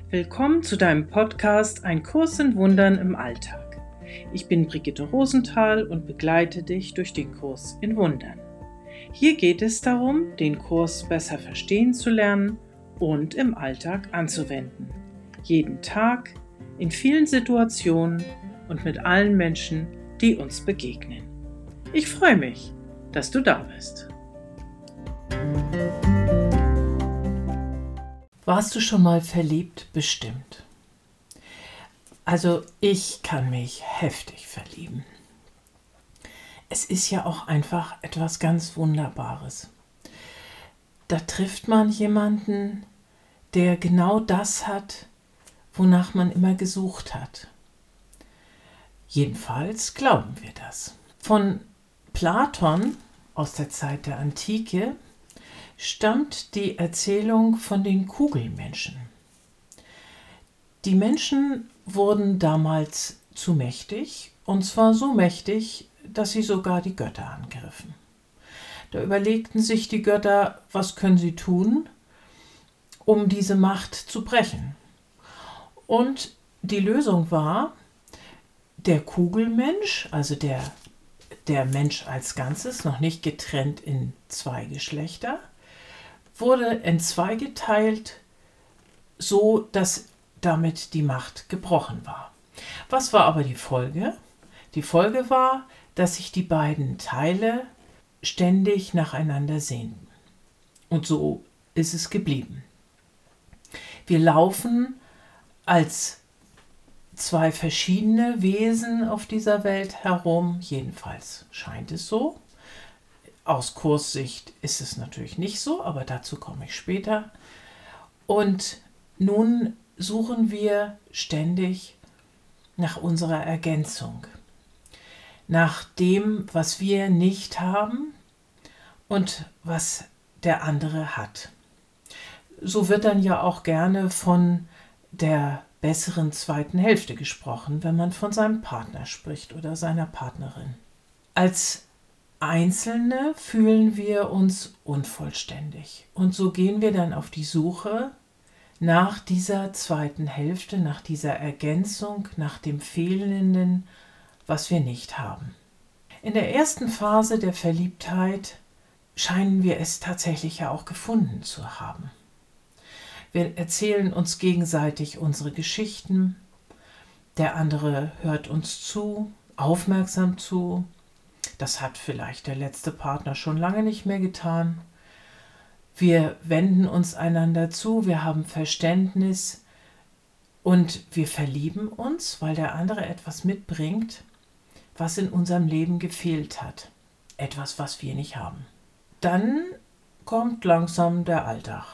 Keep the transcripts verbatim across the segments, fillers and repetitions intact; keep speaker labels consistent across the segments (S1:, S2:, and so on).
S1: Willkommen zu deinem Podcast Ein Kurs in Wundern im Alltag. Ich bin Brigitte Rosenthal und begleite dich durch den Kurs in Wundern. Hier geht es darum, den Kurs besser verstehen zu lernen und im Alltag anzuwenden. Jeden Tag, in vielen Situationen und mit allen Menschen, die uns begegnen. Ich freue mich, dass du da bist.
S2: Warst du schon mal verliebt? Bestimmt. Also ich kann mich heftig verlieben. Es ist ja auch einfach etwas ganz Wunderbares. Da trifft man jemanden, der genau das hat, wonach man immer gesucht hat. Jedenfalls glauben wir das. Von Platon aus der Zeit der Antike stammt die Erzählung von den Kugelmenschen. Die Menschen wurden damals zu mächtig, und zwar so mächtig, dass sie sogar die Götter angriffen. Da überlegten sich die Götter, was können sie tun, um diese Macht zu brechen. Und die Lösung war, der Kugelmensch, also der, der Mensch als Ganzes, noch nicht getrennt in zwei Geschlechter, wurde entzweigeteilt, so dass damit die Macht gebrochen war. Was war aber die Folge? Die Folge war, dass sich die beiden Teile ständig nacheinander sehnten. Und so ist es geblieben. Wir laufen als zwei verschiedene Wesen auf dieser Welt herum, jedenfalls scheint es so. Aus Kurssicht ist es natürlich nicht so, aber dazu komme ich später. Und nun suchen wir ständig nach unserer Ergänzung, nach dem, was wir nicht haben und was der andere hat. So wird dann ja auch gerne von der besseren zweiten Hälfte gesprochen, wenn man von seinem Partner spricht oder seiner Partnerin. Als Einzelne fühlen wir uns unvollständig und so gehen wir dann auf die Suche nach dieser zweiten Hälfte, nach dieser Ergänzung, nach dem Fehlenden, was wir nicht haben. In der ersten Phase der Verliebtheit scheinen wir es tatsächlich ja auch gefunden zu haben. Wir erzählen uns gegenseitig unsere Geschichten, der andere hört uns zu, aufmerksam zu. Das hat vielleicht der letzte Partner schon lange nicht mehr getan. Wir wenden uns einander zu, wir haben Verständnis und wir verlieben uns, weil der andere etwas mitbringt, was in unserem Leben gefehlt hat. Etwas, was wir nicht haben. Dann kommt langsam der Alltag.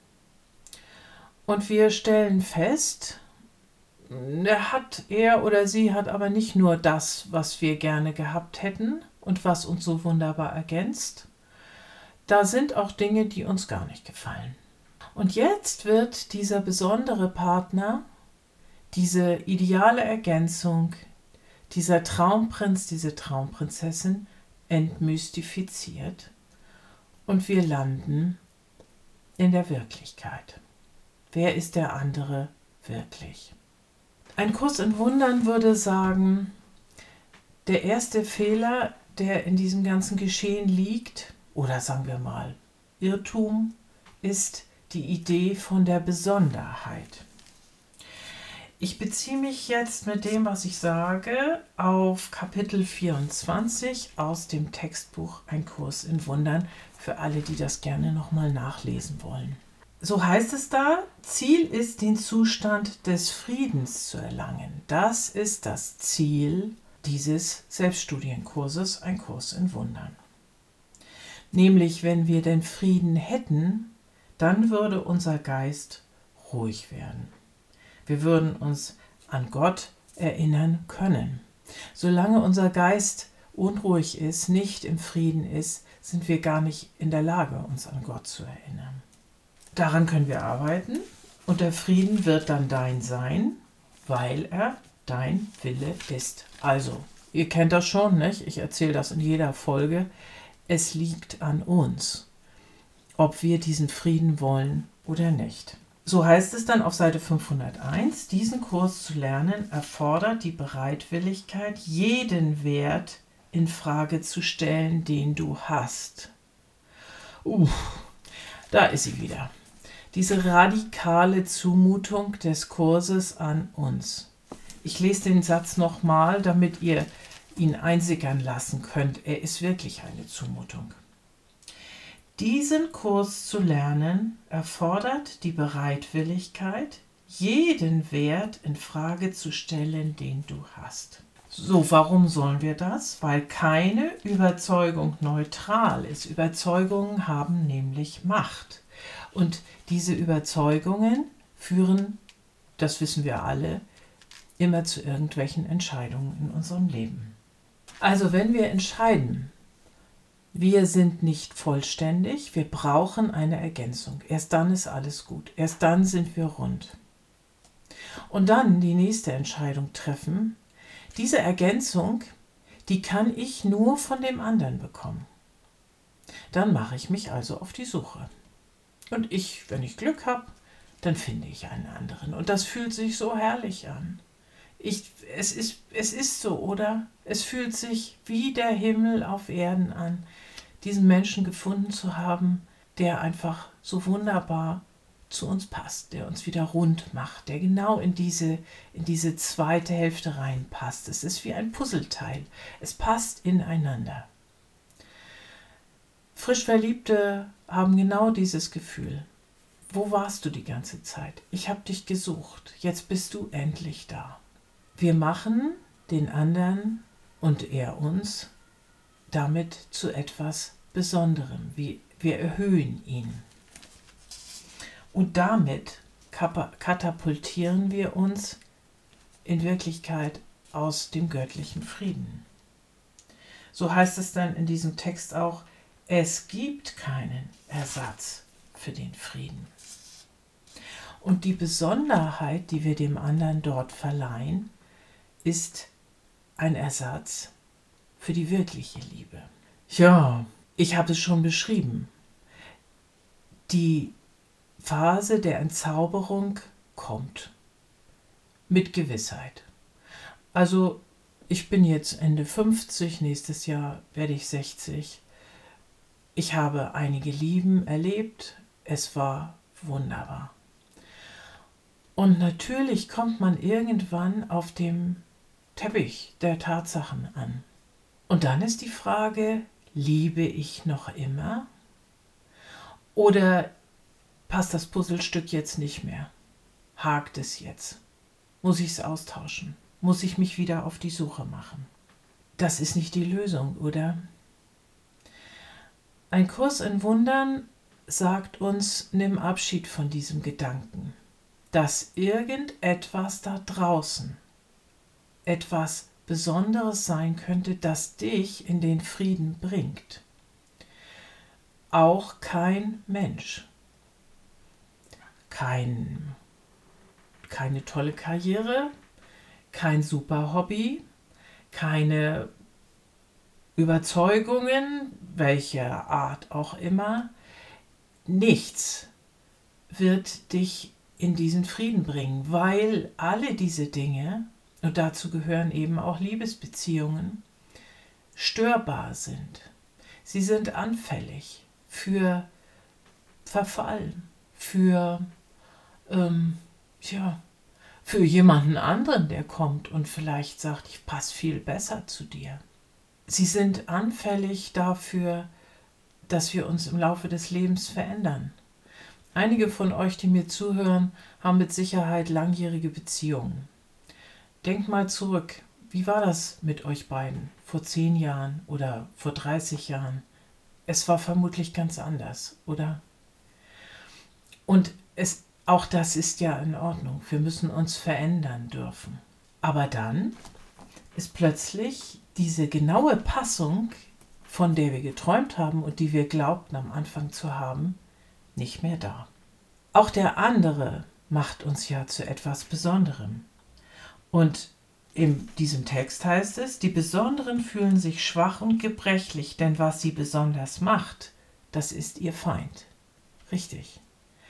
S2: Und wir stellen fest, er hat, er oder sie hat aber nicht nur das, was wir gerne gehabt hätten und was uns so wunderbar ergänzt. Da sind auch Dinge, die uns gar nicht gefallen. Und jetzt wird dieser besondere Partner, diese ideale Ergänzung, dieser Traumprinz, diese Traumprinzessin entmystifiziert und wir landen in der Wirklichkeit. Wer ist der andere wirklich? Ein Kurs in Wundern würde sagen, der erste Fehler, der in diesem ganzen Geschehen liegt, oder sagen wir mal Irrtum, ist die Idee von der Besonderheit. Ich beziehe mich jetzt mit dem, was ich sage, auf Kapitel vierundzwanzig aus dem Textbuch Ein Kurs in Wundern, für alle, die das gerne nochmal nachlesen wollen. So heißt es da, Ziel ist, den Zustand des Friedens zu erlangen. Das ist das Ziel dieses Selbststudienkurses, ein Kurs in Wundern. Nämlich, wenn wir den Frieden hätten, dann würde unser Geist ruhig werden. Wir würden uns an Gott erinnern können. Solange unser Geist unruhig ist, nicht im Frieden ist, sind wir gar nicht in der Lage, uns an Gott zu erinnern. Daran können wir arbeiten und der Frieden wird dann dein sein, weil er dein Wille ist. Also, ihr kennt das schon, nicht? Ich erzähle das in jeder Folge. Es liegt an uns, ob wir diesen Frieden wollen oder nicht. So heißt es dann auf Seite fünfhunderteins, diesen Kurs zu lernen erfordert die Bereitwilligkeit, jeden Wert in Frage zu stellen, den du hast. Uff, da ist sie wieder. Diese radikale Zumutung des Kurses an uns. Ich lese den Satz nochmal, damit ihr ihn einsickern lassen könnt. Er ist wirklich eine Zumutung. Diesen Kurs zu lernen erfordert die Bereitwilligkeit, jeden Wert in Frage zu stellen, den du hast. So, warum sollen wir das? Weil keine Überzeugung neutral ist. Überzeugungen haben nämlich Macht. Und diese Überzeugungen führen, das wissen wir alle, immer zu irgendwelchen Entscheidungen in unserem Leben. Also wenn wir entscheiden, wir sind nicht vollständig, wir brauchen eine Ergänzung. Erst dann ist alles gut. Erst dann sind wir rund. Und dann die nächste Entscheidung treffen. Diese Ergänzung, die kann ich nur von dem anderen bekommen. Dann mache ich mich also auf die Suche. Und ich, wenn ich Glück habe, dann finde ich einen anderen. Und das fühlt sich so herrlich an. Ich, es ist, es ist so, oder? Es fühlt sich wie der Himmel auf Erden an, diesen Menschen gefunden zu haben, der einfach so wunderbar zu uns passt, der uns wieder rund macht, der genau in diese, in diese zweite Hälfte reinpasst. Es ist wie ein Puzzleteil. Es passt ineinander. Frisch Verliebte haben genau dieses Gefühl. Wo warst du die ganze Zeit? Ich habe dich gesucht. Jetzt bist du endlich da. Wir machen den anderen und er uns damit zu etwas Besonderem. Wir erhöhen ihn. Und damit katapultieren wir uns in Wirklichkeit aus dem göttlichen Frieden. So heißt es dann in diesem Text auch, es gibt keinen Ersatz für den Frieden. Und die Besonderheit, die wir dem anderen dort verleihen, ist ein Ersatz für die wirkliche Liebe. Ja, ich habe es schon beschrieben. Die Phase der Entzauberung kommt. Mit Gewissheit. Also ich bin jetzt Ende fünfzig, nächstes Jahr werde ich sechzig. Ich habe einige Lieben erlebt. Es war wunderbar. Und natürlich kommt man irgendwann auf dem Teppich der Tatsachen an. Und dann ist die Frage, liebe ich noch immer? Oder passt das Puzzlestück jetzt nicht mehr? Hakt es jetzt? Muss ich es austauschen? Muss ich mich wieder auf die Suche machen? Das ist nicht die Lösung, oder? Ein Kurs in Wundern sagt uns, nimm Abschied von diesem Gedanken, dass irgendetwas da draußen, etwas Besonderes sein könnte, das dich in den Frieden bringt. Auch kein Mensch. Kein, keine tolle Karriere, kein super Hobby, keine Überzeugungen, welcher Art auch immer. Nichts wird dich in diesen Frieden bringen, weil alle diese Dinge, und dazu gehören eben auch Liebesbeziehungen, störbar sind. Sie sind anfällig für Verfall, für, ähm, ja, für jemanden anderen, der kommt und vielleicht sagt, ich passe viel besser zu dir. Sie sind anfällig dafür, dass wir uns im Laufe des Lebens verändern. Einige von euch, die mir zuhören, haben mit Sicherheit langjährige Beziehungen. Denkt mal zurück, wie war das mit euch beiden vor zehn Jahren oder vor dreißig Jahren? Es war vermutlich ganz anders, oder? Und es, auch das ist ja in Ordnung. Wir müssen uns verändern dürfen. Aber dann ist plötzlich diese genaue Passung, von der wir geträumt haben und die wir glaubten am Anfang zu haben, nicht mehr da. Auch der andere macht uns ja zu etwas Besonderem. Und in diesem Text heißt es, die Besonderen fühlen sich schwach und gebrechlich, denn was sie besonders macht, das ist ihr Feind. Richtig.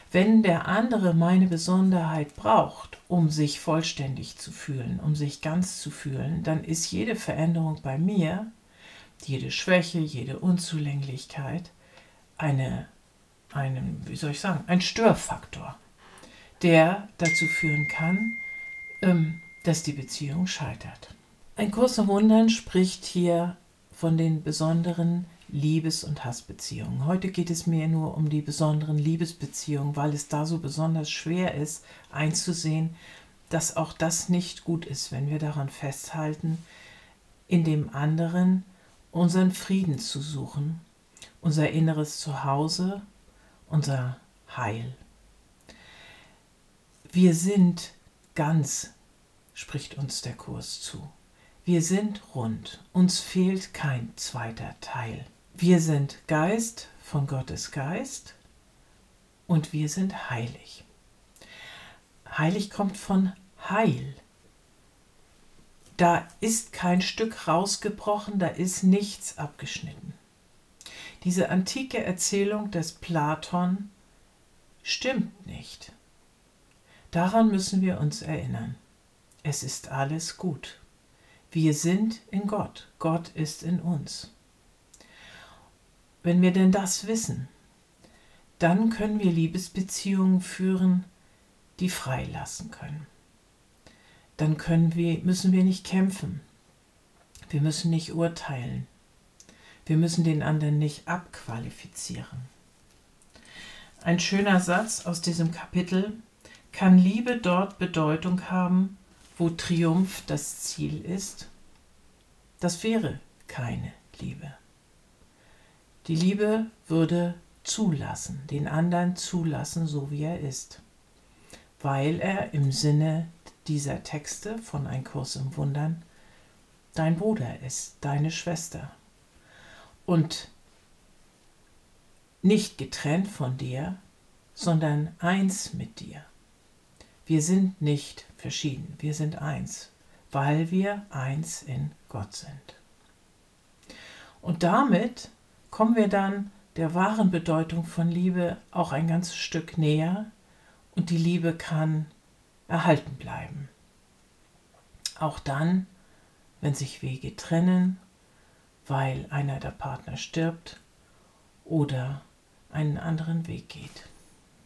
S2: Wenn der andere meine Besonderheit braucht, um sich vollständig zu fühlen, um sich ganz zu fühlen, dann ist jede Veränderung bei mir, jede Schwäche, jede Unzulänglichkeit eine, einen, wie soll ich sagen, ein Störfaktor, der dazu führen kann, ähm, dass die Beziehung scheitert. Ein Kurs in Wundern spricht hier von den besonderen Liebes- und Hassbeziehungen. Heute geht es mir nur um die besonderen Liebesbeziehungen, weil es da so besonders schwer ist, einzusehen, dass auch das nicht gut ist, wenn wir daran festhalten, in dem anderen unseren Frieden zu suchen, unser inneres Zuhause, unser Heil. Wir sind ganz, spricht uns der Kurs zu. Wir sind rund, uns fehlt kein zweiter Teil. Wir sind Geist von Gottes Geist und wir sind heilig. Heilig kommt von Heil. Da ist kein Stück rausgebrochen, da ist nichts abgeschnitten. Diese antike Erzählung des Platon stimmt nicht. Daran müssen wir uns erinnern. Es ist alles gut. Wir sind in Gott. Gott ist in uns. Wenn wir denn das wissen, dann können wir Liebesbeziehungen führen, die freilassen können. Dann können wir, müssen wir nicht kämpfen. Wir müssen nicht urteilen. Wir müssen den anderen nicht abqualifizieren. Ein schöner Satz aus diesem Kapitel: Kann Liebe dort Bedeutung haben, wo Triumph das Ziel ist? Das wäre keine Liebe. Die Liebe würde zulassen, den anderen zulassen, so wie er ist, weil er im Sinne dieser Texte von Ein Kurs im Wundern dein Bruder ist, deine Schwester und nicht getrennt von dir, sondern eins mit dir. Wir sind nicht verschieden, wir sind eins, weil wir eins in Gott sind. Und damit kommen wir dann der wahren Bedeutung von Liebe auch ein ganzes Stück näher und die Liebe kann erhalten bleiben. Auch dann, wenn sich Wege trennen, weil einer der Partner stirbt oder einen anderen Weg geht.